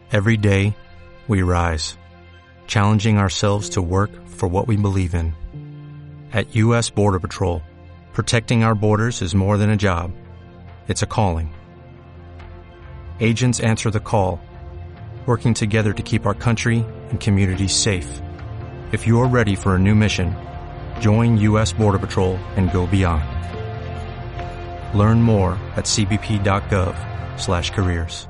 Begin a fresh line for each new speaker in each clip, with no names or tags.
Every day, we rise, challenging ourselves to work for what we believe in. At U.S. Border Patrol, protecting our borders is more than a job. It's a calling. Agents answer the call, working together to keep our country and communities safe. If you're ready for a new mission, join U.S. Border Patrol and go beyond. Learn more at cbp.gov/careers.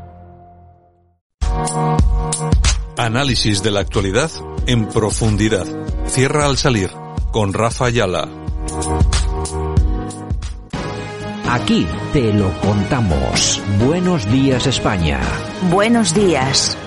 Análisis de la actualidad en profundidad. Cierra al salir con Rafa Ayala.
Aquí te lo contamos. Buenos días, España.
Buenos días.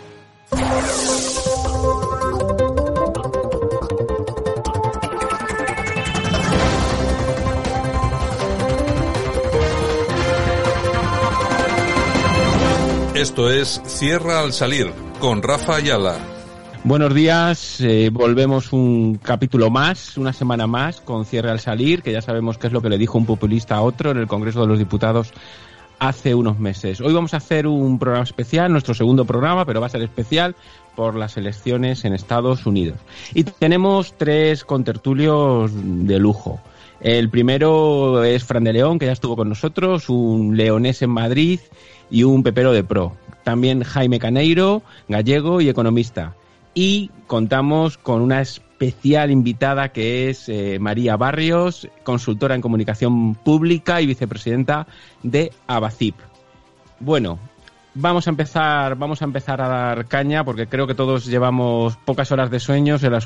Esto es Cierra al salir con Rafa Ayala.
Buenos días, volvemos un capítulo más, una semana más con Cierre al salir, que ya sabemos qué es lo que le dijo un populista a otro en el Congreso de los Diputados hace unos meses. Hoy vamos a hacer un programa especial, nuestro segundo programa, pero va a ser especial por las elecciones en Estados Unidos. Y tenemos tres contertulios de lujo. El primero es Fran de León, que ya estuvo con nosotros, un leonés en Madrid y un pepero de pro. También Jaime Caneiro, gallego y economista. Y contamos con una especial invitada que es María Barrios, consultora en comunicación pública y vicepresidenta de Abacip. Bueno, vamos a empezar a dar caña porque creo que todos llevamos pocas horas de sueños en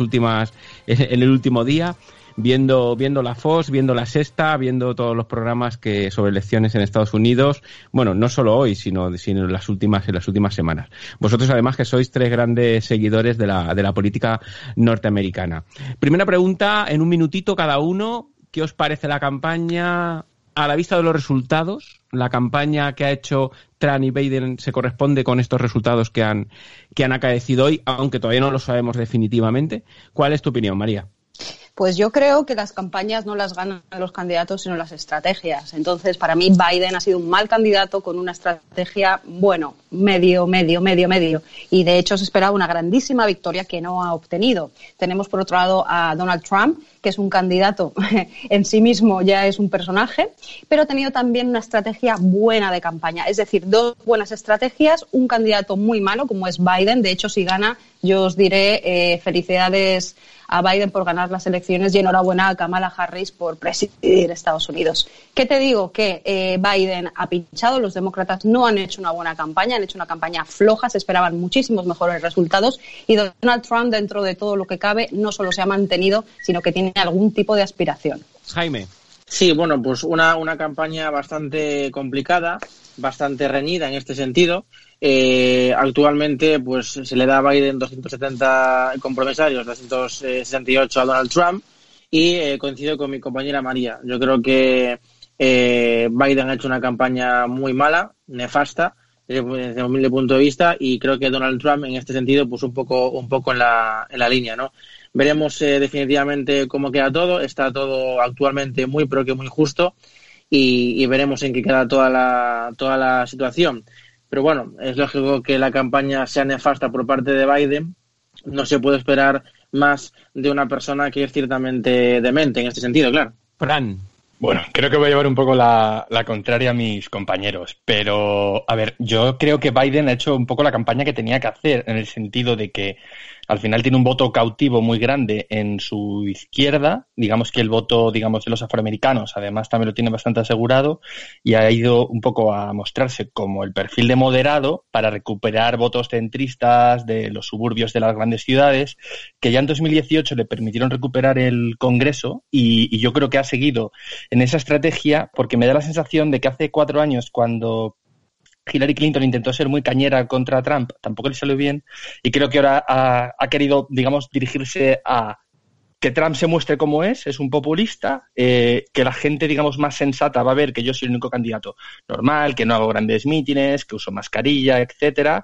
el último día. Viendo la Fox, viendo La Sexta, viendo todos los programas sobre elecciones en Estados Unidos, bueno, no solo hoy, sino en las últimas semanas. Vosotros además que sois tres grandes seguidores de la política norteamericana. Primera pregunta, en un minutito cada uno, ¿qué os parece la campaña a la vista de los resultados? ¿La campaña que ha hecho Trump y Biden se corresponde con estos resultados que han acaecido hoy, aunque todavía no lo sabemos definitivamente? ¿Cuál es tu opinión, María?
Pues yo creo que las campañas no las ganan los candidatos, sino las estrategias. Entonces, para mí, Biden ha sido un mal candidato con una estrategia, medio. Y, de hecho, se esperaba una grandísima victoria que no ha obtenido. Tenemos, por otro lado, a Donald Trump, que es un candidato en sí mismo, ya es un personaje, pero ha tenido también una estrategia buena de campaña. Es decir, dos buenas estrategias, un candidato muy malo, como es Biden. De hecho, si gana, yo os diré felicidades a Biden por ganar las elecciones y enhorabuena a Kamala Harris por presidir Estados Unidos. ¿Qué te digo? Que Biden ha pinchado, los demócratas no han hecho una buena campaña, han hecho una campaña floja, se esperaban muchísimos mejores resultados y Donald Trump, dentro de todo lo que cabe, no solo se ha mantenido, sino que tiene algún tipo de aspiración.
Jaime.
Sí, bueno, pues una campaña bastante complicada, bastante reñida en este sentido. Actualmente pues se le da a Biden 270 compromisarios, 268 a Donald Trump y coincido con mi compañera María. Yo creo que Biden ha hecho una campaña muy mala, nefasta desde mi humilde punto de vista, y creo que Donald Trump en este sentido pues un poco en la línea, ¿no? Veremos definitivamente cómo queda todo. Está todo actualmente muy pero que muy justo y veremos en qué queda toda la situación. Pero bueno, es lógico que la campaña sea nefasta por parte de Biden. No se puede esperar más de una persona que es ciertamente demente en este sentido, claro.
Fran.
Bueno, creo que voy a llevar un poco la contraria a mis compañeros, pero a ver, yo creo que Biden ha hecho un poco la campaña que tenía que hacer, en el sentido de que al final tiene un voto cautivo muy grande en su izquierda, digamos que el voto, de los afroamericanos, además también lo tiene bastante asegurado, y ha ido un poco a mostrarse como el perfil de moderado para recuperar votos centristas de los suburbios de las grandes ciudades, que ya en 2018 le permitieron recuperar el Congreso, y yo creo que ha seguido en esa estrategia, porque me da la sensación de que hace 4 años, cuando Hillary Clinton intentó ser muy cañera contra Trump, tampoco le salió bien, y creo que ahora ha querido, dirigirse a que Trump se muestre como es un populista, que la gente, más sensata va a ver que yo soy el único candidato normal, que no hago grandes mítines, que uso mascarilla, etcétera,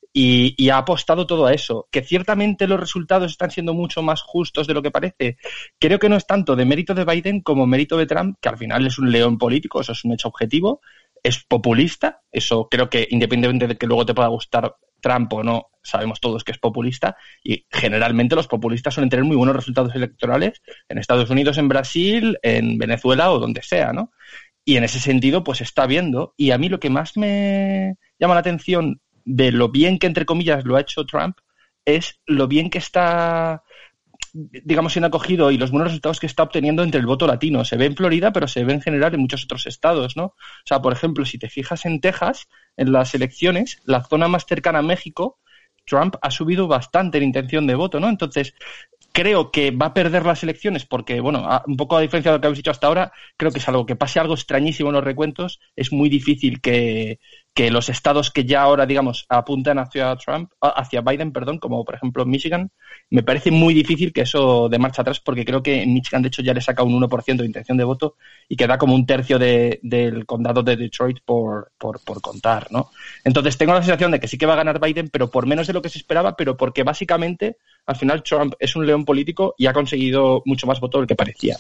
y ha apostado todo a eso. Que ciertamente los resultados están siendo mucho más justos de lo que parece. Creo que no es tanto de mérito de Biden como mérito de Trump, que al final es un león político, eso es un hecho objetivo, es populista, eso creo que independientemente de que luego te pueda gustar Trump o no, sabemos todos que es populista, y generalmente los populistas suelen tener muy buenos resultados electorales en Estados Unidos, en Brasil, en Venezuela o donde sea, ¿no? Y en ese sentido, pues está viendo. Y a mí lo que más me llama la atención de lo bien que, entre comillas, lo ha hecho Trump es lo bien que está, digamos, siendo acogido y los buenos resultados que está obteniendo entre el voto latino. Se ve en Florida, pero se ve en general en muchos otros estados, ¿no? O sea, por ejemplo, si te fijas en Texas, en las elecciones, la zona más cercana a México, Trump ha subido bastante en intención de voto, ¿no? Entonces, creo que va a perder las elecciones porque, bueno, un poco a diferencia de lo que habéis dicho hasta ahora, creo que salvo que pase algo extrañísimo en los recuentos, es muy difícil que los estados que ya ahora, digamos, apuntan hacia Biden, como por ejemplo Michigan, me parece muy difícil que eso dé marcha atrás, porque creo que en Michigan, de hecho, ya le saca un 1% de intención de voto y queda como un tercio del condado de Detroit por contar, ¿no? Entonces tengo la sensación de que sí que va a ganar Biden, pero por menos de lo que se esperaba, pero porque básicamente al final Trump es un león político y ha conseguido mucho más voto del que parecía.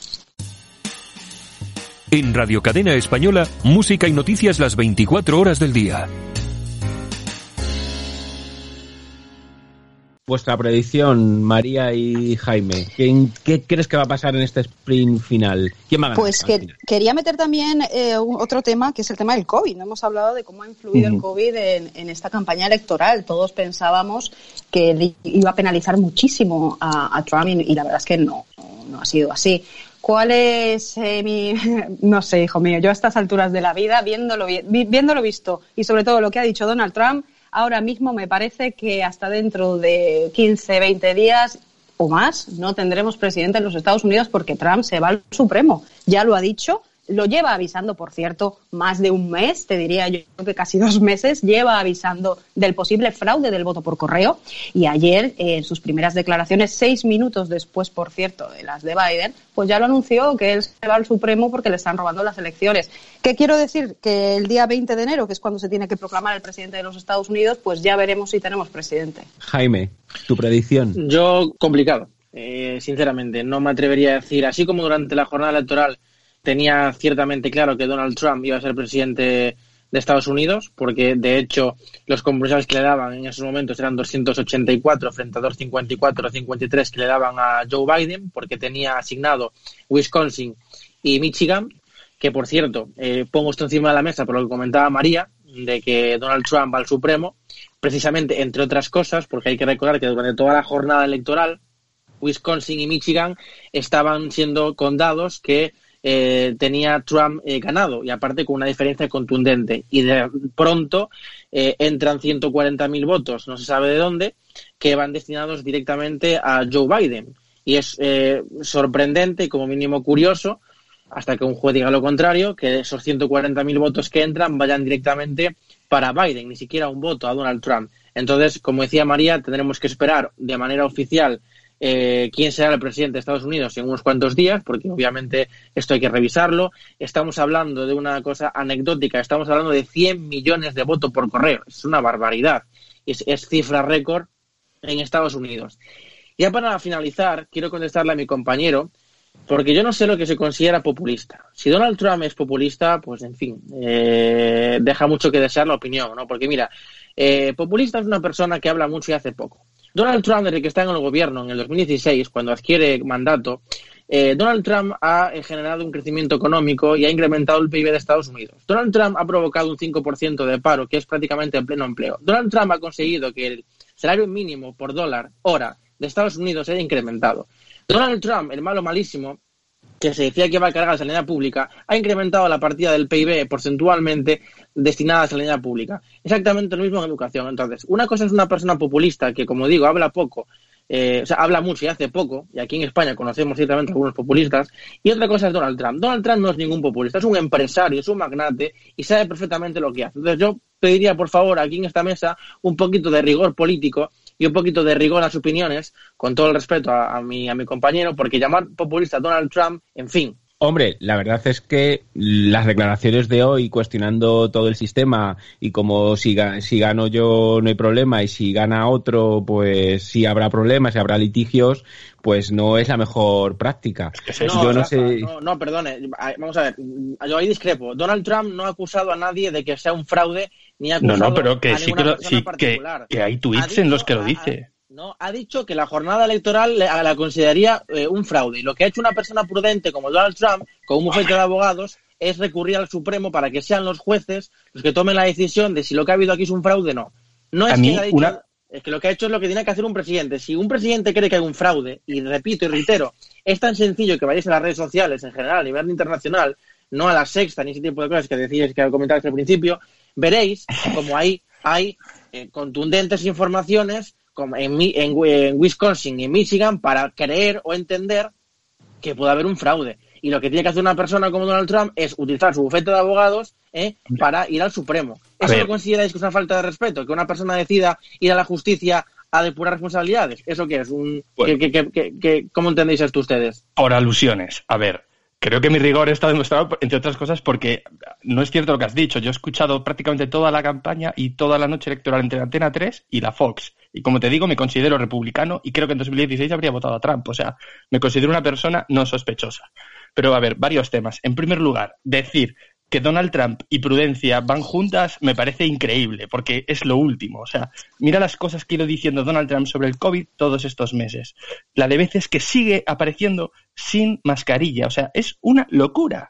En Radio Cadena Española, música y noticias las 24 horas del día.
Vuestra predicción, María y Jaime. ¿Qué crees que va a pasar en este sprint final? ¿Quién va a ganar?
Pues quería meter también otro tema, que es el tema del COVID. No hemos hablado de cómo ha influido el COVID en esta campaña electoral. Todos pensábamos que iba a penalizar muchísimo a Trump y la verdad es que no ha sido así. ¿Cuál es no sé, hijo mío, yo a estas alturas de la vida, viéndolo visto y sobre todo lo que ha dicho Donald Trump, ahora mismo me parece que hasta dentro de 15, 20 días o más no tendremos presidente en los Estados Unidos porque Trump se va al Supremo. Ya lo ha dicho, lo lleva avisando, por cierto, más de un mes, te diría yo que casi 2 meses, lleva avisando del posible fraude del voto por correo y ayer, en sus primeras declaraciones, 6 minutos después, por cierto, de las de Biden, pues ya lo anunció que él se va al Supremo porque le están robando las elecciones. ¿Qué quiero decir? Que el día 20 de enero, que es cuando se tiene que proclamar el presidente de los Estados Unidos, pues ya veremos si tenemos presidente.
Jaime, tu predicción.
Yo, complicado, sinceramente, no me atrevería a decir, así como durante la jornada electoral tenía ciertamente claro que Donald Trump iba a ser presidente de Estados Unidos, porque de hecho los compromisos que le daban en esos momentos eran 284 frente a 254 o 53 que le daban a Joe Biden, porque tenía asignado Wisconsin y Michigan, que por cierto, pongo esto encima de la mesa por lo que comentaba María, de que Donald Trump va al Supremo, precisamente entre otras cosas, porque hay que recordar que durante toda la jornada electoral Wisconsin y Michigan estaban siendo condados que tenía Trump ganado, y aparte con una diferencia contundente, y de pronto entran 140.000 votos, no se sabe de dónde, que van destinados directamente a Joe Biden, y es sorprendente y como mínimo curioso, hasta que un juez diga lo contrario, que esos 140.000 votos que entran vayan directamente para Biden, ni siquiera un voto a Donald Trump. Entonces, como decía María, tendremos que esperar de manera oficial quién será el presidente de Estados Unidos en unos cuantos días, porque obviamente esto hay que revisarlo. Estamos hablando de una cosa anecdótica, estamos hablando de 100 millones de votos por correo. Es una barbaridad, es cifra récord en Estados Unidos. Ya para finalizar, quiero contestarle a mi compañero, porque yo no sé lo que se considera populista. Si Donald Trump es populista, pues en fin, deja mucho que desear la opinión, ¿no? Porque mira, populista es una persona que habla mucho y hace poco. Donald Trump, desde que está en el gobierno en el 2016, cuando adquiere mandato, Donald Trump ha generado un crecimiento económico y ha incrementado el PIB de Estados Unidos. Donald Trump ha provocado un 5% de paro, que es prácticamente el pleno empleo. Donald Trump ha conseguido que el salario mínimo por dólar hora de Estados Unidos haya incrementado. Donald Trump, el malo malísimo, que se decía que iba a cargar la sanidad pública, ha incrementado la partida del PIB porcentualmente destinada a la sanidad pública. Exactamente lo mismo en educación. Entonces, una cosa es una persona populista que, como digo, habla poco, habla mucho y hace poco, y aquí en España conocemos ciertamente algunos populistas, y otra cosa es Donald Trump. Donald Trump no es ningún populista, es un empresario, es un magnate y sabe perfectamente lo que hace. Entonces yo pediría, por favor, aquí en esta mesa un poquito de rigor político y un poquito de rigor a las opiniones, con todo el respeto a mi compañero, porque llamar populista a Donald Trump, en fin.
Hombre, la verdad es que las declaraciones de hoy cuestionando todo el sistema y como si gano yo no hay problema y si gana otro pues sí habrá problemas y habrá litigios, pues no es la mejor práctica.
No, perdone, vamos a ver, yo ahí discrepo. Donald Trump no ha acusado a nadie de que sea un fraude ni ha acusado
No, pero que
a
sí
ninguna persona particular.
que hay tweets en los que lo dice.
No, ha dicho que la jornada electoral la consideraría un fraude. Y lo que ha hecho una persona prudente como Donald Trump, con un bufete de abogados, es recurrir al Supremo para que sean los jueces los que tomen la decisión de si lo que ha habido aquí es un fraude o no. No es que ha dicho, es que lo que ha hecho es lo que tiene que hacer un presidente. Si un presidente cree que hay un fraude, y repito y reitero, es tan sencillo que vayáis a las redes sociales en general, a nivel internacional, no a La Sexta ni ese tipo de cosas que decíais, que comentabais al principio, veréis como hay contundentes informaciones como en Wisconsin y en Michigan para creer o entender que puede haber un fraude. Y lo que tiene que hacer una persona como Donald Trump es utilizar su bufete de abogados para ir al Supremo. ¿Eso lo consideráis que es una falta de respeto? ¿Que una persona decida ir a la justicia a depurar responsabilidades? ¿Eso qué es? ¿Cómo entendéis esto ustedes?
Por alusiones. A ver, creo que mi rigor está demostrado, entre otras cosas, porque no es cierto lo que has dicho. Yo he escuchado prácticamente toda la campaña y toda la noche electoral entre Antena 3 y la Fox. Y como te digo, me considero republicano y creo que en 2016 habría votado a Trump. O sea, me considero una persona no sospechosa. Pero, a ver, varios temas. En primer lugar, decir que Donald Trump y prudencia van juntas me parece increíble, porque es lo último. O sea, mira las cosas que ha ido diciendo Donald Trump sobre el COVID todos estos meses. La de veces que sigue apareciendo sin mascarilla. O sea, es una locura.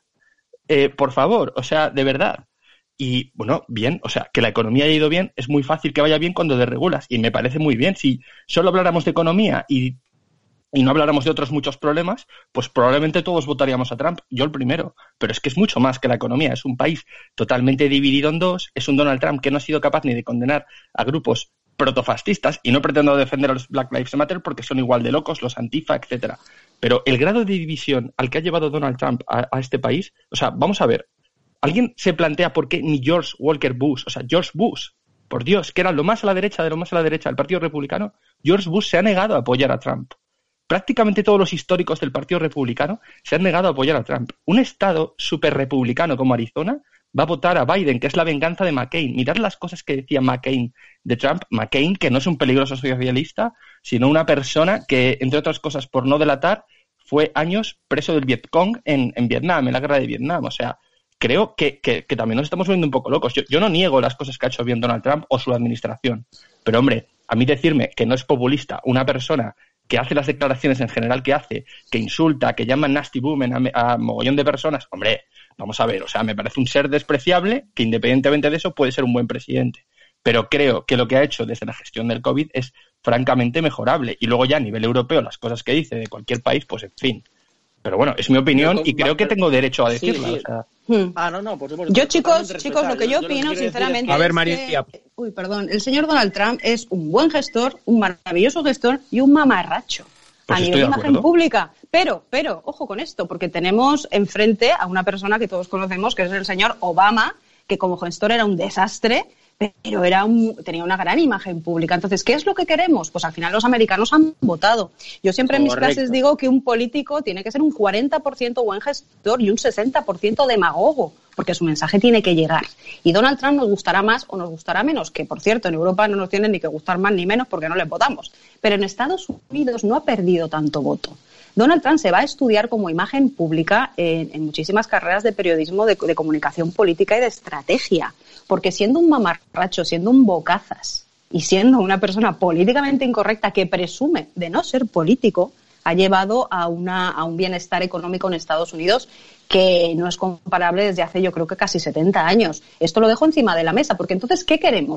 Por favor, o sea, de verdad. Y, bueno, bien, o sea, que la economía haya ido bien, es muy fácil que vaya bien cuando desregulas. Y me parece muy bien. Si solo habláramos de economía y no habláramos de otros muchos problemas, pues probablemente todos votaríamos a Trump, yo el primero. Pero es que es mucho más que la economía. Es un país totalmente dividido en dos. Es un Donald Trump que no ha sido capaz ni de condenar a grupos protofascistas, y no pretendo defender a los Black Lives Matter porque son igual de locos, los Antifa, etcétera. Pero el grado de división al que ha llevado Donald Trump a este país, o sea, vamos a ver, ¿alguien se plantea por qué ni George Walker Bush, o sea, George Bush, por Dios, que era lo más a la derecha de lo más a la derecha del Partido Republicano, George Bush se ha negado a apoyar a Trump? Prácticamente todos los históricos del Partido Republicano se han negado a apoyar a Trump. Un estado súper republicano como Arizona va a votar a Biden, que es la venganza de McCain. Mirad las cosas que decía McCain de Trump. McCain, que no es un peligroso socialista, sino una persona que, entre otras cosas, por no delatar, fue años preso del Vietcong en Vietnam, en la guerra de Vietnam. O sea, creo que también nos estamos volviendo un poco locos. Yo no niego las cosas que ha hecho bien Donald Trump o su administración. Pero, hombre, a mí decirme que no es populista una persona que hace las declaraciones en general que hace, que insulta, que llama nasty woman a mogollón de personas, hombre, vamos a ver, o sea, me parece un ser despreciable que independientemente de eso puede ser un buen presidente. Pero creo que lo que ha hecho desde la gestión del COVID es francamente mejorable. Y luego ya a nivel europeo, las cosas que dice de cualquier país, pues en fin. Pero bueno, es mi opinión y creo que tengo derecho a decirla. Sí. O sea.
No, por supuesto.
Yo, chicos, lo que yo opino, sinceramente...
A ver, María.
El señor Donald Trump es un buen gestor, un maravilloso gestor y un mamarracho
pues
a nivel de imagen pública. Pero, ojo con esto, porque tenemos enfrente a una persona que todos conocemos, que es el señor Obama, que como gestor era un desastre, pero tenía una gran imagen pública. Entonces, ¿qué es lo que queremos? Pues al final los americanos han votado. Yo siempre en mis clases digo que un político tiene que ser un 40% buen gestor y un 60% demagogo, porque su mensaje tiene que llegar. Y Donald Trump nos gustará más o nos gustará menos, que por cierto en Europa no nos tiene ni que gustar más ni menos porque no le votamos. Pero en Estados Unidos no ha perdido tanto voto. Donald Trump se va a estudiar como imagen pública en muchísimas carreras de periodismo, de comunicación política y de estrategia. Porque siendo un mamarracho, siendo un bocazas y siendo una persona políticamente incorrecta que presume de no ser político, ha llevado a un bienestar económico en Estados Unidos que no es comparable desde hace, yo creo que casi 70 años. Esto lo dejo encima de la mesa, porque entonces, ¿qué queremos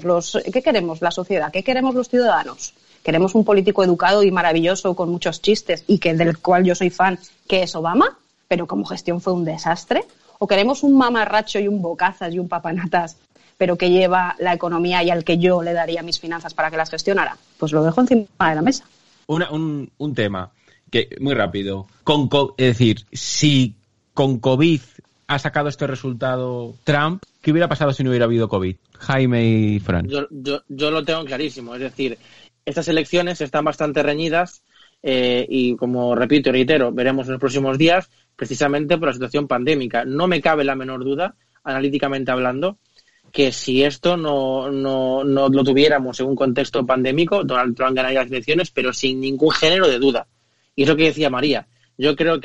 la sociedad? ¿Qué queremos los ciudadanos? ¿Queremos un político educado y maravilloso con muchos chistes y del cual yo soy fan, que es Obama, pero como gestión fue un desastre? ¿O queremos un mamarracho y un bocazas y un papanatas, pero que lleva la economía y al que yo le daría mis finanzas para que las gestionara? Pues lo dejo encima de la mesa.
Un tema que muy rápido. Es decir, si con COVID ha sacado este resultado Trump, ¿qué hubiera pasado si no hubiera habido COVID? Jaime y Fran.
Yo lo tengo clarísimo. Es decir, estas elecciones están bastante reñidas y, como repito y reitero, veremos en los próximos días, precisamente por la situación pandémica. No me cabe la menor duda, analíticamente hablando, que si esto no lo tuviéramos en un contexto pandémico, Donald Trump ganaría las elecciones, pero sin ningún género de duda. Y es lo que decía María. Yo creo que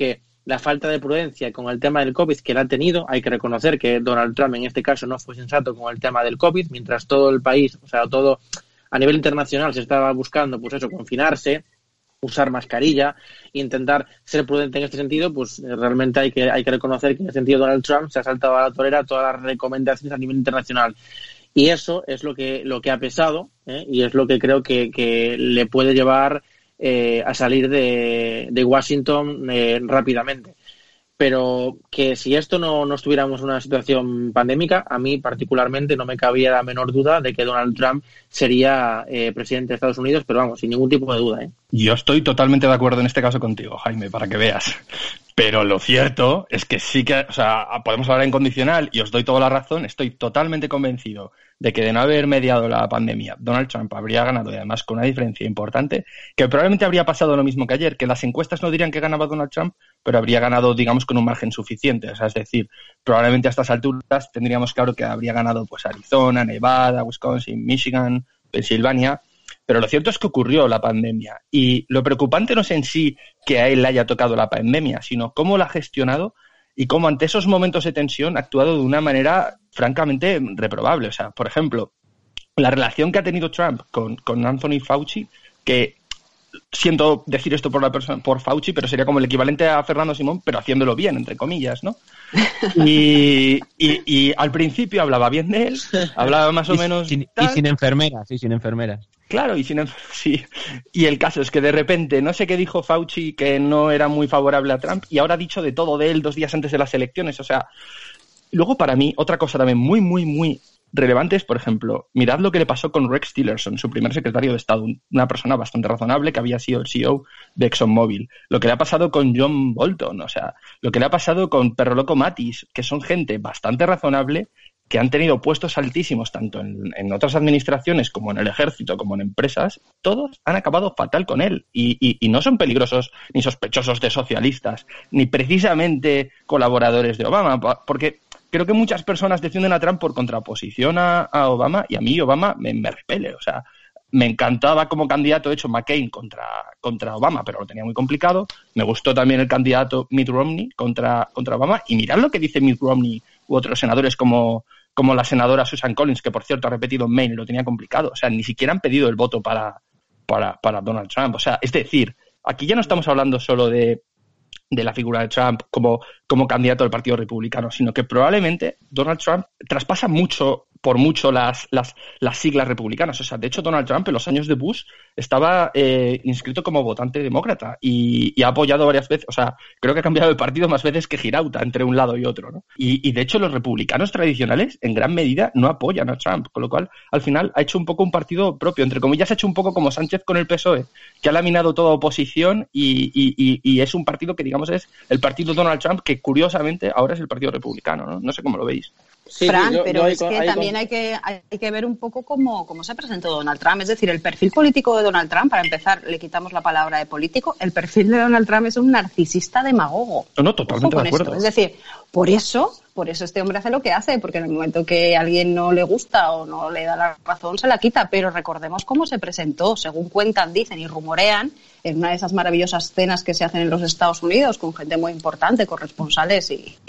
la falta de prudencia con el tema del COVID que la ha tenido. Hay que reconocer que Donald Trump en este caso no fue sensato con el tema del COVID, mientras todo el país, o sea, todo a nivel internacional se estaba buscando, pues eso, confinarse, usar mascarilla e intentar ser prudente en este sentido. Pues realmente hay que reconocer que en ese sentido Donald Trump se ha saltado a la torera todas las recomendaciones a nivel internacional. Y eso es lo que ha pesado, y es lo que creo que le puede llevar a salir de Washington rápidamente. Pero que si esto no estuviéramos en una situación pandémica, a mí particularmente no me cabía la menor duda de que Donald Trump sería presidente de Estados Unidos, pero vamos, sin ningún tipo de duda.
Yo estoy totalmente de acuerdo en este caso contigo, Jaime, para que veas. Pero lo cierto es que sí que, o sea, podemos hablar en condicional y os doy toda la razón. Estoy totalmente convencido de que de no haber mediado la pandemia, Donald Trump habría ganado, y además con una diferencia importante, que probablemente habría pasado lo mismo que ayer, que las encuestas no dirían que ganaba Donald Trump, pero habría ganado, digamos, con un margen suficiente. O sea, es decir, probablemente a estas alturas tendríamos claro que habría ganado pues Arizona, Nevada, Wisconsin, Michigan, Pensilvania. Pero lo cierto es que ocurrió la pandemia, y lo preocupante no es en sí que a él le haya tocado la pandemia, sino cómo la ha gestionado y cómo ante esos momentos de tensión ha actuado de una manera francamente reprobable. O sea, por ejemplo, la relación que ha tenido Trump con Anthony Fauci, que siento decir esto por Fauci, pero sería como el equivalente a Fernando Simón, pero haciéndolo bien, entre comillas, ¿no? Y al principio hablaba bien de él, hablaba más o menos...
Y sin enfermeras.
Claro, sí. Y el caso es que de repente, no sé qué dijo Fauci, que no era muy favorable a Trump, y ahora ha dicho de todo de él 2 días antes de las elecciones. O sea, luego para mí, otra cosa también muy, muy, muy relevante es, por ejemplo, mirad lo que le pasó con Rex Tillerson, su primer secretario de Estado, una persona bastante razonable que había sido el CEO de ExxonMobil. Lo que le ha pasado con John Bolton, o sea, lo que le ha pasado con Perro Loco Mattis, que son gente bastante razonable, que han tenido puestos altísimos tanto en otras administraciones como en el ejército, como en empresas. Todos han acabado fatal con él y no son peligrosos ni sospechosos de socialistas, ni precisamente colaboradores de Obama, porque creo que muchas personas defienden a Trump por contraposición a Obama, y a mí Obama me repele. O sea, me encantaba como candidato, de hecho, McCain contra Obama, pero lo tenía muy complicado. Me gustó también el candidato Mitt Romney contra Obama, y mirad lo que dice Mitt Romney u otros senadores como la senadora Susan Collins, que por cierto ha repetido en Maine y lo tenía complicado. O sea, ni siquiera han pedido el voto para Donald Trump. O sea, es decir, aquí ya no estamos hablando solo de la figura de Trump como candidato del Partido Republicano, sino que probablemente Donald Trump traspasa por mucho las siglas republicanas. O sea, de hecho, Donald Trump en los años de Bush estaba inscrito como votante demócrata y ha apoyado varias veces. O sea, creo que ha cambiado de partido más veces que Girauta entre un lado y otro, ¿no? Y de hecho, los republicanos tradicionales en gran medida no apoyan a Trump, con lo cual al final ha hecho un poco un partido propio. Entre comillas, ha hecho un poco como Sánchez con el PSOE, que ha laminado toda oposición y es un partido que, digamos, es el partido Donald Trump, que curiosamente ahora es el Partido Republicano, ¿no? No sé cómo lo veis.
Sí, Fran, pero es que también hay que ver un poco cómo se presentó Donald Trump. Es decir, el perfil político de Donald Trump, para empezar, le quitamos la palabra de político. El perfil de Donald Trump es un narcisista demagogo.
No, totalmente de acuerdo.
Es decir, por eso este hombre hace lo que hace, porque en el momento que a alguien no le gusta o no le da la razón, se la quita. Pero recordemos cómo se presentó, según cuentan, dicen y rumorean, en una de esas maravillosas cenas que se hacen en los Estados Unidos con gente muy importante, corresponsales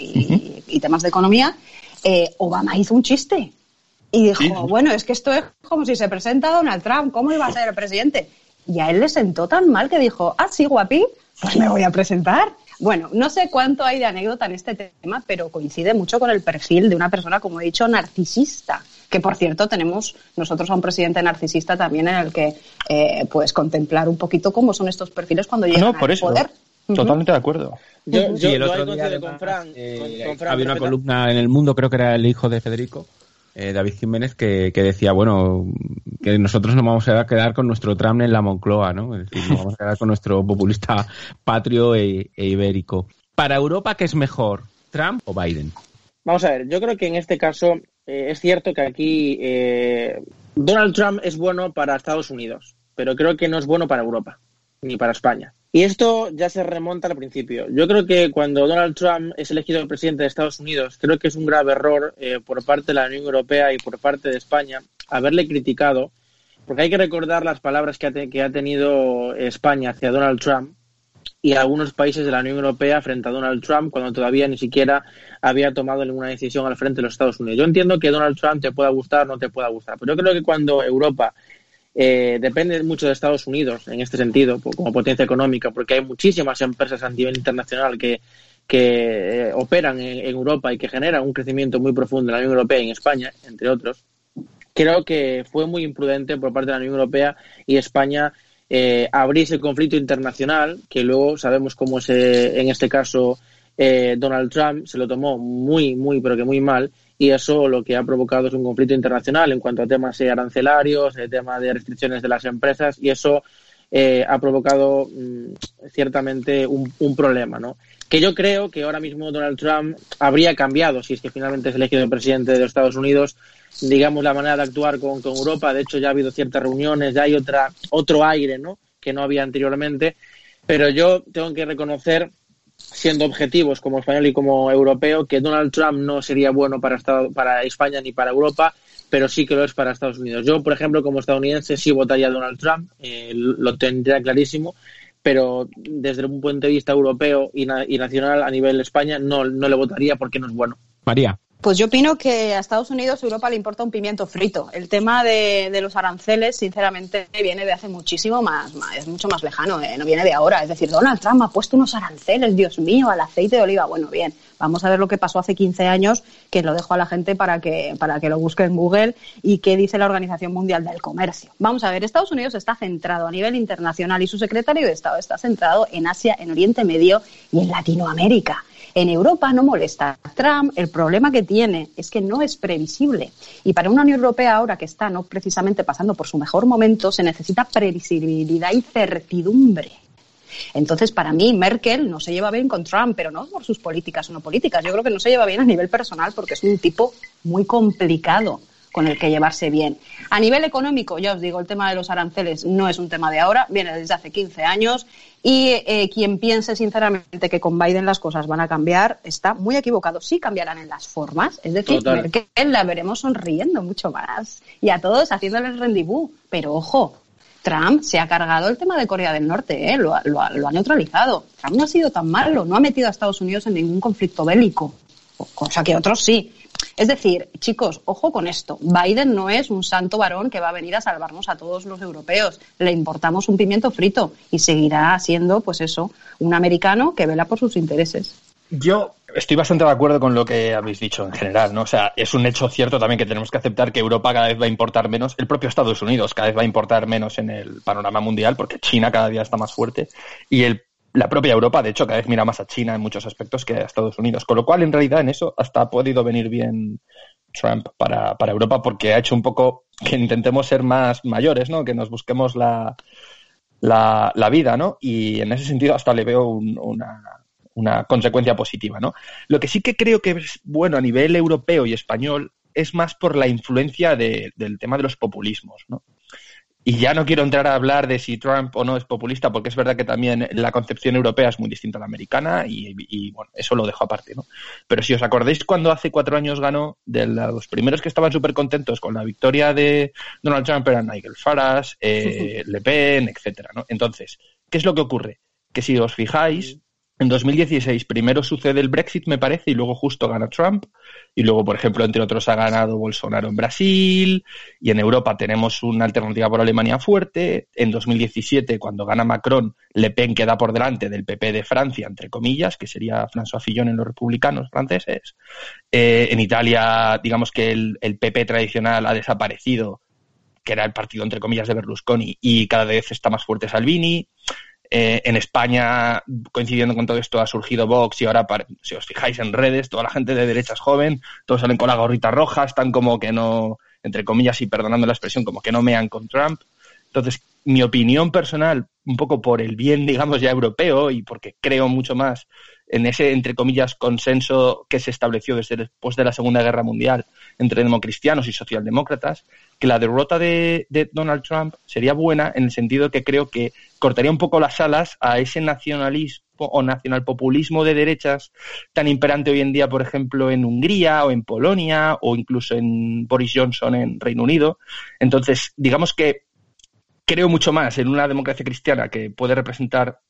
y temas de economía. Obama hizo un chiste y dijo, bueno, es que esto es como si se presenta Donald Trump, ¿cómo iba a ser el presidente? Y a él le sentó tan mal que dijo, sí, guapi, pues me voy a presentar. Bueno, no sé cuánto hay de anécdota en este tema, pero coincide mucho con el perfil de una persona, como he dicho, narcisista. Que, por cierto, tenemos nosotros a un presidente narcisista también en el que pues contemplar un poquito cómo son estos perfiles cuando llegan al poder.
Totalmente de acuerdo.
Yo el otro día además,
con Fran,
había una columna en El Mundo, creo que era el hijo de Federico, David Jiménez, que decía, bueno, que nosotros nos vamos a quedar con nuestro Trump en la Moncloa, ¿no? Es decir, nos vamos a quedar con nuestro populista patrio e ibérico. Para Europa, ¿qué es mejor, Trump o Biden?
Vamos a ver, yo creo que en este caso es cierto que aquí Donald Trump es bueno para Estados Unidos, pero creo que no es bueno para Europa, ni para España. Y esto ya se remonta al principio. Yo creo que cuando Donald Trump es elegido presidente de Estados Unidos, creo que es un grave error por parte de la Unión Europea y por parte de España haberle criticado, porque hay que recordar las palabras que ha tenido España hacia Donald Trump y algunos países de la Unión Europea frente a Donald Trump cuando todavía ni siquiera había tomado ninguna decisión al frente de los Estados Unidos. Yo entiendo que Donald Trump te pueda gustar o no te pueda gustar, pero yo creo que cuando Europa depende mucho de Estados Unidos en este sentido, como potencia económica, porque hay muchísimas empresas a nivel internacional que operan en Europa y que generan un crecimiento muy profundo en la Unión Europea y en España, entre otros. Creo que fue muy imprudente por parte de la Unión Europea y España abrirse el conflicto internacional, que luego sabemos cómo en este caso Donald Trump se lo tomó muy, pero que muy mal, y eso lo que ha provocado es un conflicto internacional en cuanto a temas arancelarios, el tema de restricciones de las empresas, y eso ha provocado ciertamente un problema, ¿no? Que yo creo que ahora mismo Donald Trump habría cambiado, si es que finalmente es elegido presidente de los Estados Unidos, digamos, la manera de actuar con Europa. De hecho, ya ha habido ciertas reuniones, ya hay otro aire, ¿no?, que no había anteriormente. Pero yo tengo que reconocer, siendo objetivos como español y como europeo, que Donald Trump no sería bueno para España ni para Europa, pero sí que lo es para Estados Unidos. Yo, por ejemplo, como estadounidense, sí votaría a Donald Trump, lo tendría clarísimo, pero desde un punto de vista europeo y nacional a nivel de España no le votaría porque no es bueno.
María.
Pues yo opino que a Estados Unidos, Europa le importa un pimiento frito. El tema de los aranceles, sinceramente, viene de hace muchísimo más, es mucho más lejano, no viene de ahora. Es decir, Donald Trump ha puesto unos aranceles, Dios mío, al aceite de oliva. Bueno, bien, vamos a ver lo que pasó hace 15 años, que lo dejo a la gente para que lo busque en Google, y qué dice la Organización Mundial del Comercio. Vamos a ver, Estados Unidos está centrado a nivel internacional y su secretario de Estado está centrado en Asia, en Oriente Medio y en Latinoamérica. En Europa no molesta. Trump, el problema que tiene es que no es previsible. Y para una Unión Europea ahora que está no precisamente pasando por su mejor momento, se necesita previsibilidad y certidumbre. Entonces, para mí, Merkel no se lleva bien con Trump, pero no por sus políticas o no políticas. Yo creo que no se lleva bien a nivel personal porque es un tipo muy complicado con el que llevarse bien. A nivel económico, ya os digo, el tema de los aranceles no es un tema de ahora, viene desde hace 15 años y quien piense sinceramente que con Biden las cosas van a cambiar está muy equivocado. Sí cambiarán en las formas, es decir, Merkel la veremos sonriendo mucho más y a todos haciéndoles rendezvous, pero ojo, Trump se ha cargado el tema de Corea del Norte, lo ha neutralizado. Trump no ha sido tan malo, no ha metido a Estados Unidos en ningún conflicto bélico, cosa que otros sí. Es decir, chicos, ojo con esto. Biden no es un santo varón que va a venir a salvarnos a todos los europeos. Le importamos un pimiento frito y seguirá siendo, pues eso, un americano que vela por sus intereses.
Yo estoy bastante de acuerdo con lo que habéis dicho en general, ¿no? O sea, es un hecho cierto también que tenemos que aceptar que Europa cada vez va a importar menos, el propio Estados Unidos cada vez va a importar menos en el panorama mundial porque China cada día está más fuerte y la propia Europa, de hecho, cada vez mira más a China en muchos aspectos que a Estados Unidos. Con lo cual, en realidad, en eso hasta ha podido venir bien Trump para Europa porque ha hecho un poco que intentemos ser más mayores, ¿no? Que nos busquemos la vida, ¿no? Y en ese sentido hasta le veo una consecuencia positiva, ¿no? Lo que sí que creo que es bueno a nivel europeo y español es más por la influencia del tema de los populismos, ¿no? Y ya no quiero entrar a hablar de si Trump o no es populista, porque es verdad que también la concepción europea es muy distinta a la americana y bueno, eso lo dejo aparte, ¿no? Pero si os acordáis cuando hace 4 años ganó, de los primeros que estaban súper contentos con la victoria de Donald Trump eran Nigel Farage, Le Pen, etcétera, ¿no? Entonces, ¿qué es lo que ocurre? Que si os fijáis, en 2016 primero sucede el Brexit, me parece, y luego justo gana Trump. Y luego, por ejemplo, entre otros, ha ganado Bolsonaro en Brasil. Y en Europa tenemos una alternativa por Alemania fuerte. En 2017, cuando gana Macron, Le Pen queda por delante del PP de Francia, entre comillas, que sería François Fillon en los republicanos franceses. En Italia, digamos que el PP tradicional ha desaparecido, que era el partido, entre comillas, de Berlusconi, y cada vez está más fuerte Salvini. En España, coincidiendo con todo esto, ha surgido Vox y ahora, si os fijáis en redes, toda la gente de derecha es joven, todos salen con la gorrita roja, están como que no, entre comillas y perdonando la expresión, como que no mean con Trump. Entonces, mi opinión personal, un poco por el bien, digamos, ya europeo y porque creo mucho más en ese, entre comillas, consenso que se estableció después de la Segunda Guerra Mundial entre democristianos y socialdemócratas, que la derrota de Donald Trump sería buena en el sentido que creo que cortaría un poco las alas a ese nacionalismo o nacionalpopulismo de derechas tan imperante hoy en día, por ejemplo, en Hungría o en Polonia o incluso en Boris Johnson en Reino Unido. Entonces, digamos que creo mucho más en una democracia cristiana que puede representar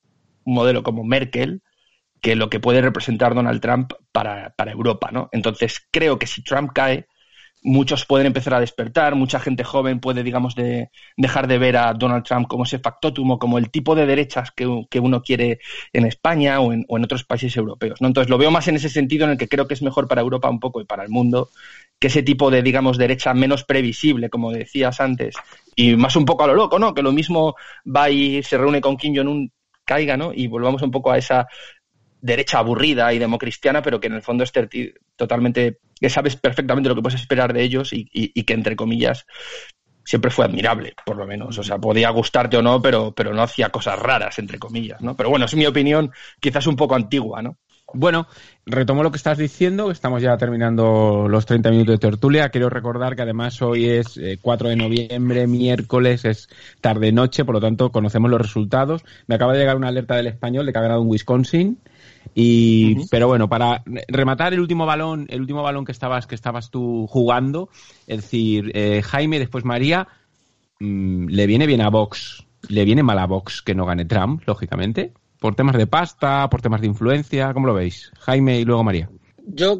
un modelo como Merkel que lo que puede representar Donald Trump para Europa, ¿no? Entonces creo que si Trump cae, muchos pueden empezar a despertar, mucha gente joven puede, digamos, dejar de ver a Donald Trump como ese factotum o como el tipo de derechas que uno quiere en España o en otros países europeos, ¿no? Entonces lo veo más en ese sentido, en el que creo que es mejor para Europa un poco y para el mundo que ese tipo de, digamos, derecha menos previsible, como decías antes, y más un poco a lo loco, ¿no? Que lo mismo va y se reúne con Kim Jong-un, caiga, ¿no? Y volvamos un poco a esa derecha aburrida y democristiana, pero que en el fondo es totalmente, que sabes perfectamente lo que puedes esperar de ellos y que, entre comillas, siempre fue admirable, por lo menos. O sea, podía gustarte o no, pero no hacía cosas raras, entre comillas, ¿no? Pero bueno, es mi opinión, quizás un poco antigua, ¿no?
Bueno, retomo lo que estás diciendo, estamos ya terminando los 30 minutos de tertulia. Quiero recordar que además hoy es 4 de noviembre, miércoles, es tarde-noche, por lo tanto conocemos los resultados. Me acaba de llegar una alerta del Español de que ha ganado en Wisconsin. Pero bueno, para rematar el último balón que estabas tú jugando, es decir, Jaime, después María, le viene bien a Vox, le viene mal a Vox que no gane Trump, lógicamente, por temas de pasta, por temas de influencia, ¿cómo lo veis? Jaime y luego María.
Yo,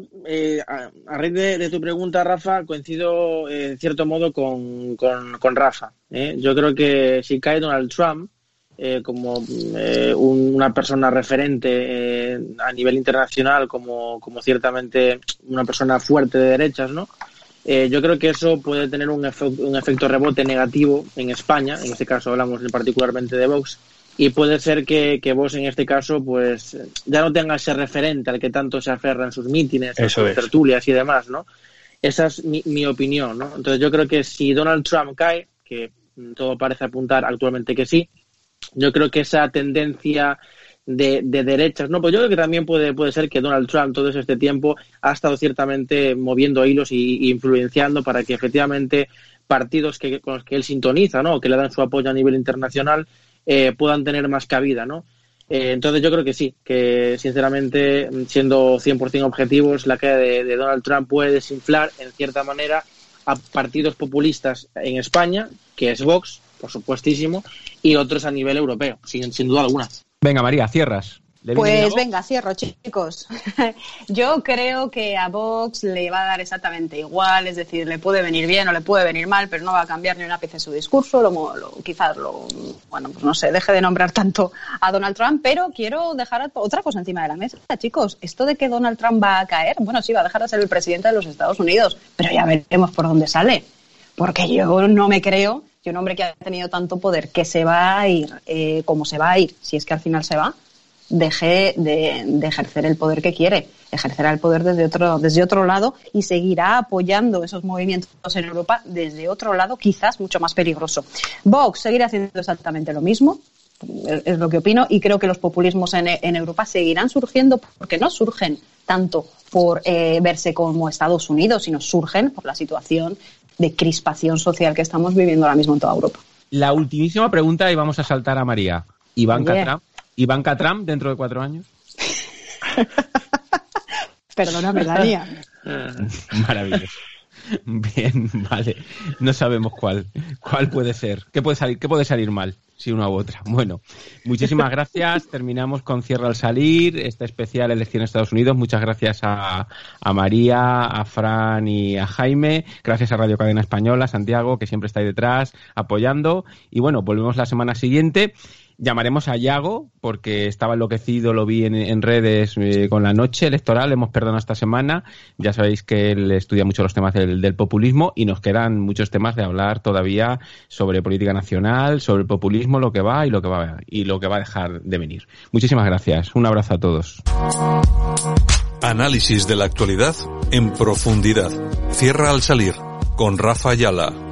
a raíz de tu pregunta, Rafa, coincido en cierto modo con Rafa. Yo creo que si cae Donald Trump como una persona referente a nivel internacional, como ciertamente una persona fuerte de derechas, ¿no? Yo creo que eso puede tener un efecto rebote negativo en España. En este caso hablamos particularmente de Vox, y puede ser que Vox en este caso pues ya no tenga ese referente al que tanto se aferra en sus mítines, en sus tertulias y demás, ¿no? Esa es mi opinión, ¿no? Entonces yo creo que si Donald Trump cae, que todo parece apuntar actualmente que sí, yo creo que esa tendencia de derechas, no, pues yo creo que también puede ser que Donald Trump todo este tiempo ha estado ciertamente moviendo hilos y influenciando para que efectivamente partidos con los que él sintoniza, ¿no?, que le dan su apoyo a nivel internacional, puedan tener más cabida, ¿no? Entonces yo creo que sí, que sinceramente, siendo 100% objetivos, la caída de Donald Trump puede desinflar en cierta manera a partidos populistas en España, que es Vox, por supuestísimo, y otros a nivel europeo, sin duda alguna.
Venga, María, cierras.
Pues venga, cierro, chicos. Yo creo que a Vox le va a dar exactamente igual, es decir, le puede venir bien o le puede venir mal, pero no va a cambiar ni un ápice su discurso, bueno, pues no sé, deje de nombrar tanto a Donald Trump, pero quiero dejar otra cosa encima de la mesa, chicos. Esto de que Donald Trump va a caer, bueno, sí, va a dejar de ser el presidente de los Estados Unidos, pero ya veremos por dónde sale, porque yo no me creo que un hombre que ha tenido tanto poder, que se va a ir, como se va a ir, si es que al final se va, deje de ejercer el poder que quiere, ejercerá el poder desde otro lado y seguirá apoyando esos movimientos en Europa desde otro lado, quizás mucho más peligroso. Vox seguirá haciendo exactamente lo mismo, es lo que opino, y creo que los populismos en Europa seguirán surgiendo, porque no surgen tanto por verse como Estados Unidos, sino surgen por la situación de crispación social que estamos viviendo ahora mismo en toda Europa.
La ultimísima pregunta, y vamos a saltar a María. ¿Ivanka Trump dentro de 4 años?
Perdóname, Dania.
Maravilloso. Bien, vale. No sabemos cuál puede ser. ¿Qué puede salir mal? Si una u otra. Bueno, muchísimas gracias. Terminamos con Cierra al Salir, este especial Elecciones Estados Unidos. Muchas gracias a María, a Fran y a Jaime. Gracias a Radio Cadena Española, Santiago, que siempre está ahí detrás apoyando. Y bueno, volvemos la semana siguiente. Llamaremos a Yago, porque estaba enloquecido, lo vi en redes con la noche electoral, hemos perdonado esta semana. Ya sabéis que él estudia mucho los temas del populismo y nos quedan muchos temas de hablar todavía sobre política nacional, sobre el populismo, lo que va y lo que va a dejar de venir. Muchísimas gracias. Un abrazo a todos.
Análisis de la actualidad en profundidad. Cierra al Salir con Rafa Ayala.